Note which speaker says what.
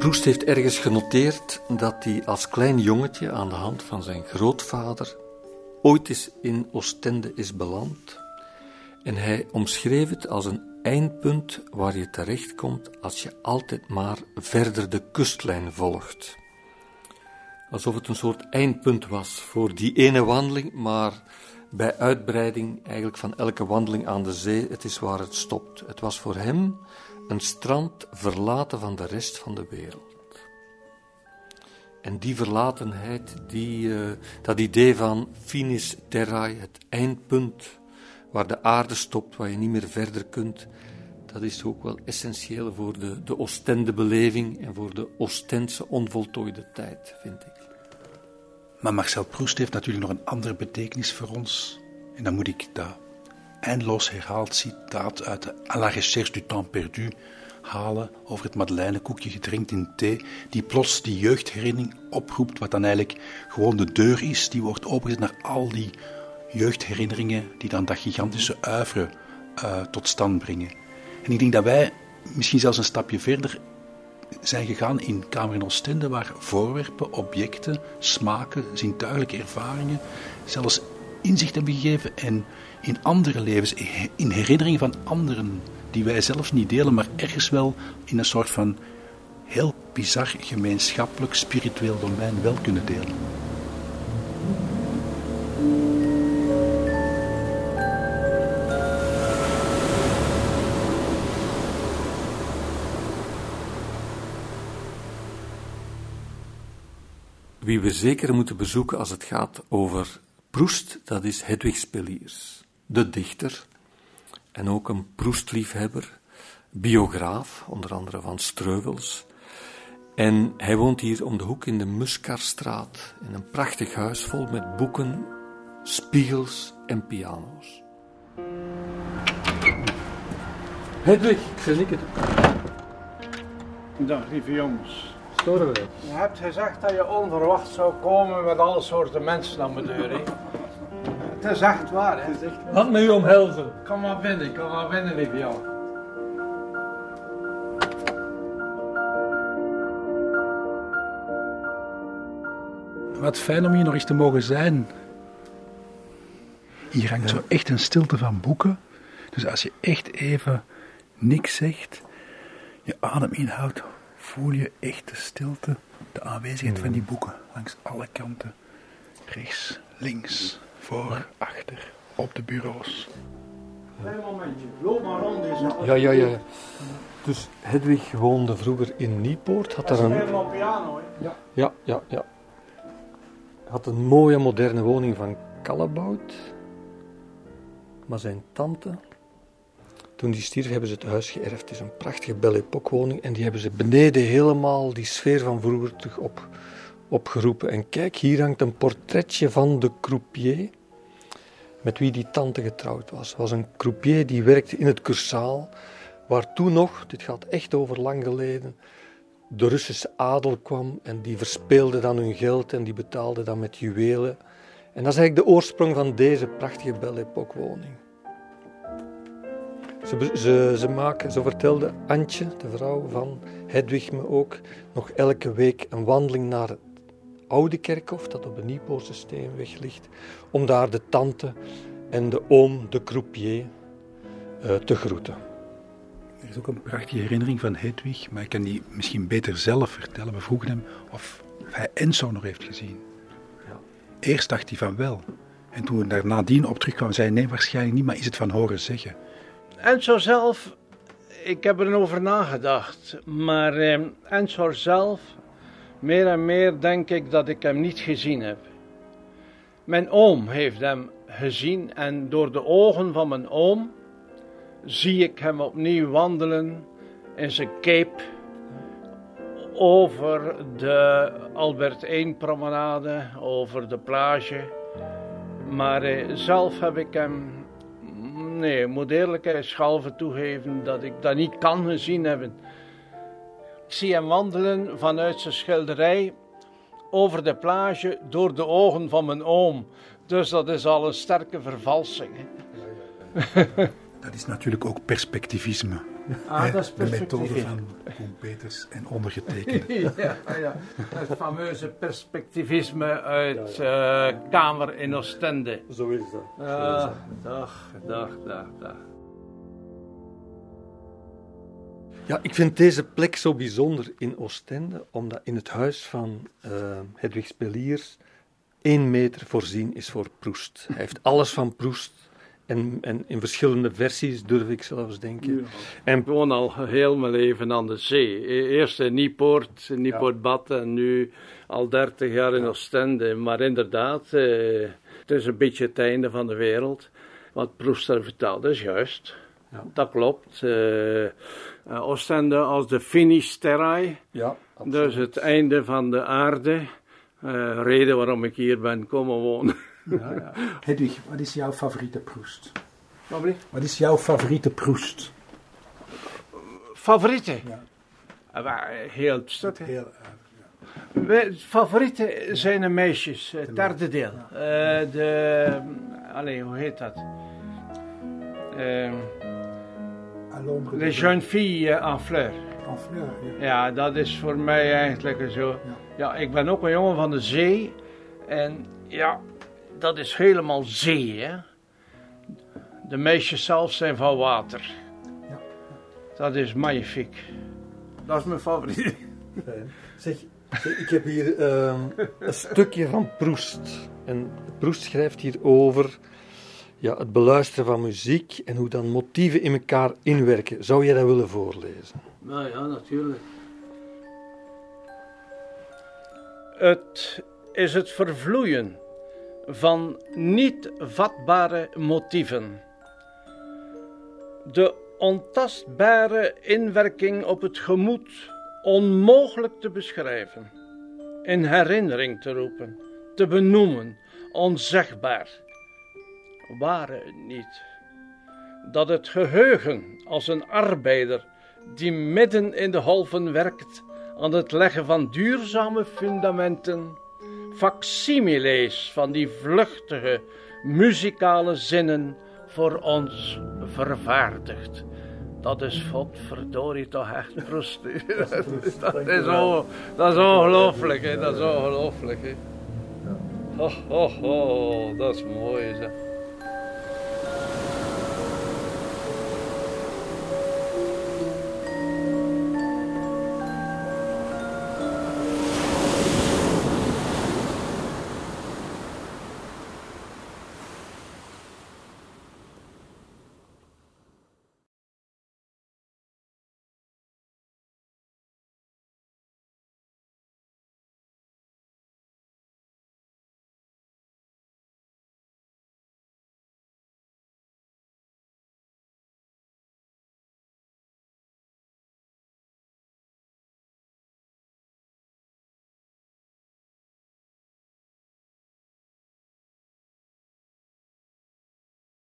Speaker 1: Proest heeft ergens genoteerd dat hij als klein jongetje aan de hand van zijn grootvader ooit eens in Oostende is beland. En hij omschreef het als een eindpunt waar je terechtkomt als je altijd maar verder de kustlijn volgt. Alsof het een soort eindpunt was voor die ene wandeling, maar bij uitbreiding eigenlijk van elke wandeling aan de zee, het is waar het stopt. Het was voor hem een strand verlaten van de rest van de wereld. En die verlatenheid, dat idee van finis terrae, het eindpunt, waar de aarde stopt, waar je niet meer verder kunt, dat is ook wel essentieel voor de Oostende-beleving en voor de Oostense onvoltooide tijd, vind ik.
Speaker 2: Maar Marcel Proust heeft natuurlijk nog een andere betekenis voor ons. En dan moet ik dat eindeloos herhaald citaat uit de À la recherche du temps perdu halen over het Madeleinekoekje gedrenkt in thee, die plots die jeugdherinnering oproept, wat dan eigenlijk gewoon de deur is, die wordt opengezet naar al die jeugdherinneringen die dan dat gigantische oeuvre tot stand brengen. En ik denk dat wij misschien zelfs een stapje verder zijn gegaan in Kamer in Oostende, waar voorwerpen, objecten, smaken, zintuigelijke ervaringen zelfs inzicht hebben gegeven en in andere levens, in herinneringen van anderen, die wij zelf niet delen, maar ergens wel in een soort van heel bizar gemeenschappelijk spiritueel domein wel kunnen delen.
Speaker 1: Wie we zeker moeten bezoeken als het gaat over Proest, dat is Hedwig Speliers, de dichter en ook een Proestliefhebber, biograaf, onder andere van Streuvels. En hij woont hier om de hoek in de Muskarstraat, in een prachtig huis vol met boeken, spiegels en piano's. Hedwig, ben ik het?
Speaker 3: Dag, lieve jongens.
Speaker 1: Storen we?
Speaker 3: Je hebt gezegd dat je onverwacht zou komen met alle soorten mensen aan mijn deur, hè? Het is echt waar, hè?
Speaker 1: Laat me u omhelzen.
Speaker 3: Kom maar binnen, lieve jongen.
Speaker 2: Wat fijn om hier nog eens te mogen zijn. Hier hangt zo echt een stilte van boeken. Dus als je echt even niks zegt, je adem inhoudt, voel je echt de stilte, de aanwezigheid van die boeken langs alle kanten. Rechts, links, voor, achter, op de bureaus.
Speaker 3: Klein momentje, loop maar rond deze.
Speaker 1: Ja. Dus Hedwig woonde vroeger in Niepoort. Had
Speaker 3: Dat is
Speaker 1: daar
Speaker 3: helemaal piano, hè?
Speaker 1: Ja. Had een mooie moderne woning van Callebaut. Maar zijn tante, toen die stierf, hebben ze het huis geërfd. Het is een prachtige Belle Époque woning. En die hebben ze beneden helemaal die sfeer van vroeger terug opgeroepen. En kijk, hier hangt een portretje van de croupier, met wie die tante getrouwd was. Het was een croupier die werkte in het Cursaal, waar toen nog, dit gaat echt over lang geleden, de Russische adel kwam en die verspeelde dan hun geld en die betaalde dan met juwelen. En dat is eigenlijk de oorsprong van deze prachtige Belle Époque woning. Ze maken, zo vertelde Antje, de vrouw van Hedwig me ook, nog elke week een wandeling naar het oude kerkhof, dat op de Niepoortse Steenweg ligt, om daar de tante en de oom, de croupier, te groeten.
Speaker 2: Er is ook een prachtige herinnering van Hedwig, maar ik kan die misschien beter zelf vertellen. We vroegen hem of hij Enzo nog heeft gezien.
Speaker 1: Ja.
Speaker 2: Eerst dacht hij van wel. En toen we daar nadien op terugkwamen, zei hij nee, waarschijnlijk niet, maar is het van horen zeggen.
Speaker 3: Enzo zelf, ik heb erover nagedacht, maar Enzo zelf, meer en meer denk ik dat ik hem niet gezien heb. Mijn oom heeft hem gezien en door de ogen van mijn oom zie ik hem opnieuw wandelen in zijn cape over de Albert I promenade, over de plage. Maar zelf heb ik hem, nee, moet eerlijkheidshalve toegeven dat ik dat niet kan gezien hebben. Ik zie hem wandelen vanuit zijn schilderij over de plage door de ogen van mijn oom. Dus dat is al een sterke vervalsing.
Speaker 2: Dat is natuurlijk ook perspectivisme.
Speaker 3: Ah, dat is
Speaker 2: de methode
Speaker 3: perspectief.
Speaker 2: van Koen Peters en ondergetekende.
Speaker 3: Ja. Het fameuze perspectivisme uit Kamer in Oostende.
Speaker 1: Zo is dat.
Speaker 3: Dag.
Speaker 1: Ja, ik vind deze plek zo bijzonder in Oostende, omdat in het huis van Hedwig Speliers 1 meter voorzien is voor Proest. Hij heeft alles van Proest en in verschillende versies, durf ik zelfs denken.
Speaker 3: Ja.
Speaker 1: En
Speaker 3: Ik woon al heel mijn leven aan de zee. Eerst in Nieuwpoort-Bad en nu al 30 jaar in Oostende. Maar inderdaad, het is een beetje het einde van de wereld. Wat Proest er vertelde is juist.
Speaker 1: Ja.
Speaker 3: Dat klopt. Oostende als de finis terrae.
Speaker 1: ja,
Speaker 3: Dus het einde van de aarde. Reden waarom ik hier ben komen wonen.
Speaker 2: Ja. Hedwig, wat is jouw favoriete Proest?
Speaker 3: Wat blieft?
Speaker 2: Wat is jouw favoriete Proest?
Speaker 3: Favorieten?
Speaker 2: Ja.
Speaker 3: Maar heel het stuk. Hè.
Speaker 2: Heel,
Speaker 3: Favorieten zijn de meisjes, het derde deel. Hoe heet dat? Les jeunes filles en fleurs.
Speaker 2: En fleur, ja.
Speaker 3: Ja, dat is voor mij eigenlijk zo. Ja, ik ben ook een jongen van de zee. En ja, dat is helemaal zee, hè. De meisjes zelf zijn van water.
Speaker 2: Ja.
Speaker 3: Dat is magnifiek. Dat is mijn favoriet.
Speaker 1: Zeg, ik heb hier een stukje van Proest. En Proest schrijft hier over het beluisteren van muziek en hoe dan motieven in elkaar inwerken. Zou jij dat willen voorlezen?
Speaker 3: Nou ja, natuurlijk. Het is het vervloeien van niet vatbare motieven. De ontastbare inwerking op het gemoed onmogelijk te beschrijven, in herinnering te roepen, te benoemen, onzegbaar. Ware het niet dat het geheugen als een arbeider die midden in de golven werkt aan het leggen van duurzame fundamenten, facsimiles van die vluchtige muzikale zinnen voor ons vervaardigt. Dat is godverdorie toch echt Proest. Dat is ongelooflijk, hè. Dat is ongelooflijk, hè. Dat is mooi, zeg.